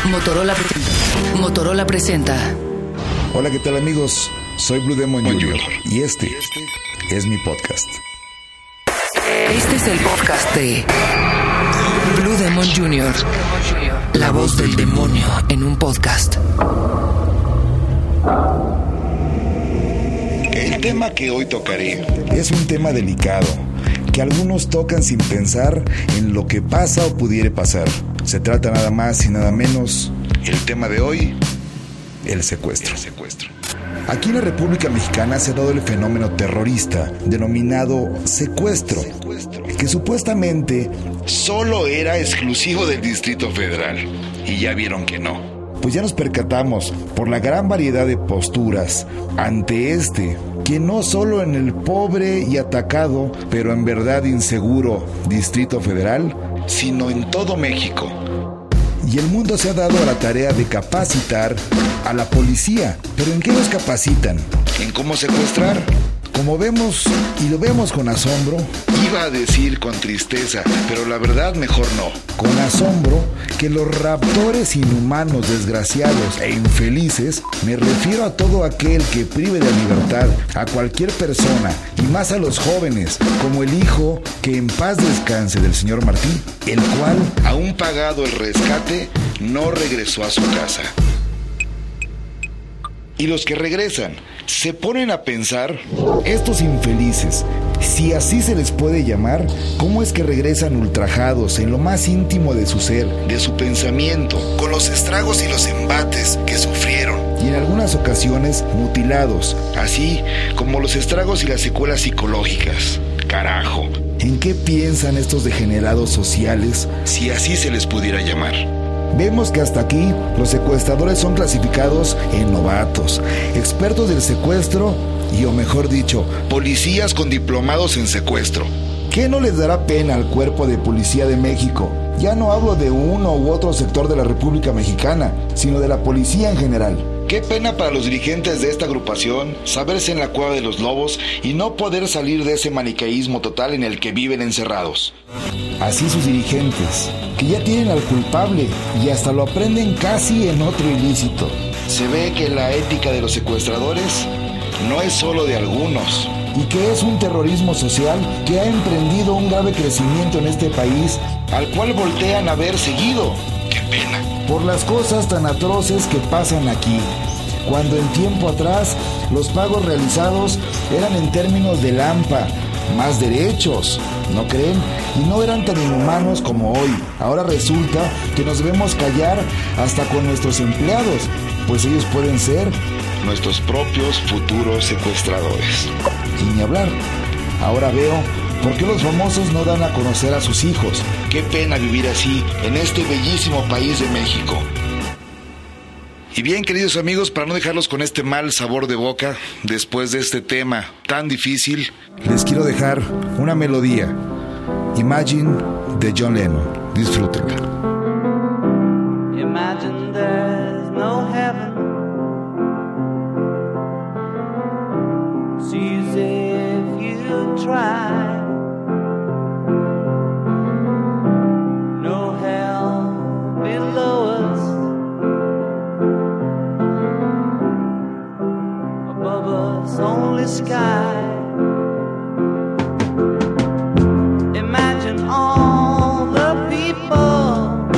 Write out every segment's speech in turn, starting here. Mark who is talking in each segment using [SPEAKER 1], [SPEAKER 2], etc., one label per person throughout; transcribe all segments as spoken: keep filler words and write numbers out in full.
[SPEAKER 1] Motorola presenta. Motorola presenta.
[SPEAKER 2] Hola, ¿qué tal, amigos? Soy Blue Demon junior y este es mi podcast.
[SPEAKER 1] Este es el podcast de Blue Demon junior La voz del demonio en un podcast.
[SPEAKER 2] El tema que hoy tocaré es un tema delicado que algunos tocan sin pensar en lo que pasa o pudiera pasar. Se trata nada más y nada menos, el tema de hoy, el secuestro. El secuestro. Aquí en la República Mexicana se ha dado el fenómeno terrorista denominado secuestro, que supuestamente solo era exclusivo del Distrito Federal. Y ya vieron que no. Pues ya nos percatamos por la gran variedad de posturas ante este, que no solo en el pobre y atacado, pero en verdad inseguro Distrito Federal, sino en todo México. Y el mundo se ha dado a la tarea de capacitar a la policía. ¿Pero en qué nos capacitan? ¿En cómo secuestrar? Como vemos, y lo vemos con asombro, iba a decir con tristeza, pero la verdad mejor no. Con asombro, que los raptores inhumanos, desgraciados e infelices, me refiero a todo aquel que prive de libertad a cualquier persona, y más a los jóvenes, como el hijo que en paz descanse del señor Martín, el cual, aún pagado el rescate, no regresó a su casa. Y los que regresan, se ponen a pensar, estos infelices, si así se les puede llamar, ¿cómo es que regresan ultrajados en lo más íntimo de su ser, de su pensamiento, con los estragos y los embates que sufrieron, y en algunas ocasiones mutilados, así como los estragos y las secuelas psicológicas? Carajo, ¿en qué piensan estos degenerados sociales, si así se les pudiera llamar? Vemos que hasta aquí los secuestradores son clasificados en novatos, expertos del secuestro y, o mejor dicho, policías con diplomados en secuestro. ¿Qué no les dará pena al Cuerpo de Policía de México? Ya no hablo de uno u otro sector de la República Mexicana, sino de la policía en general. Qué pena para los dirigentes de esta agrupación saberse en la cueva de los lobos y no poder salir de ese maniqueísmo total en el que viven encerrados. Así sus dirigentes, que ya tienen al culpable y hasta lo aprenden casi en otro ilícito. Se ve que la ética de los secuestradores no es solo de algunos, y que es un terrorismo social que ha emprendido un grave crecimiento en este país, al cual voltean a ver seguido. ¡Qué pena! Por las cosas tan atroces que pasan aquí, cuando en tiempo atrás los pagos realizados eran en términos de lampa, más derechos, ¿no creen? Y no eran tan inhumanos como hoy. Ahora resulta que nos debemos callar hasta con nuestros empleados, pues ellos pueden ser nuestros propios futuros secuestradores. Y ni hablar, ahora veo por qué los famosos no dan a conocer a sus hijos. Qué pena vivir así en este bellísimo país de México. Y bien, queridos amigos, para no dejarlos con este mal sabor de boca después de este tema tan difícil, les quiero dejar una melodía, Imagine, de John Lennon. Disfrútenla.
[SPEAKER 3] Imagine there's no heaven. See as if you try. No hell below us. Above us only sky. Imagine all the people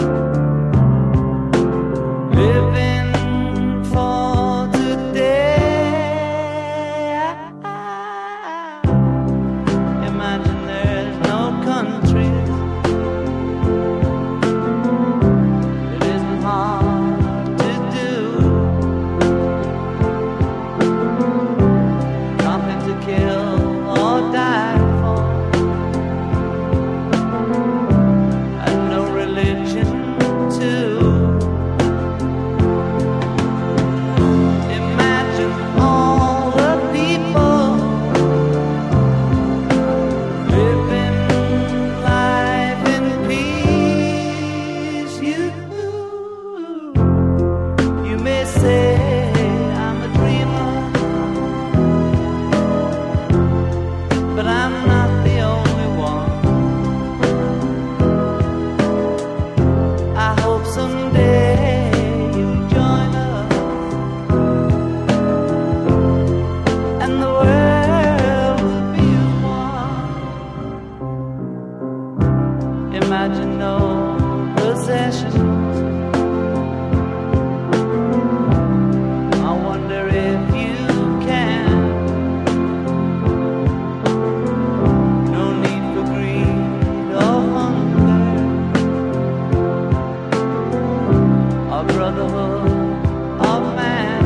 [SPEAKER 3] possessions. I wonder if you can. No need for greed or hunger, or brotherhood of man.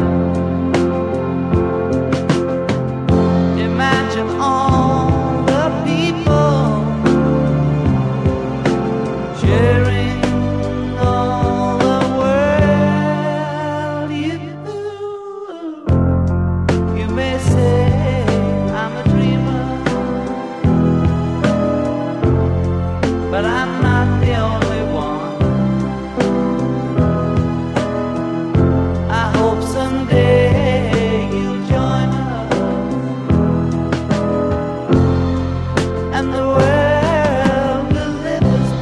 [SPEAKER 3] Imagine all the people sharing all the world. You, you may say I'm a dreamer, but I'm not the only one. I hope someday you'll join us, and the world will live as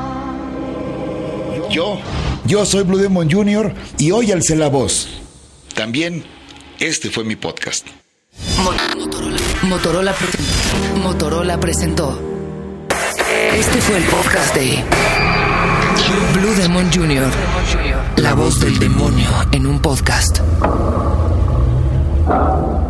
[SPEAKER 3] one.
[SPEAKER 2] Yo, yo soy Blue Demon junior y hoy alcé la voz. También, este fue mi podcast.
[SPEAKER 1] Mo- Motorola. Motorola, pre- Motorola presentó. Este fue el podcast de Blue Demon junior La voz del demonio en un podcast.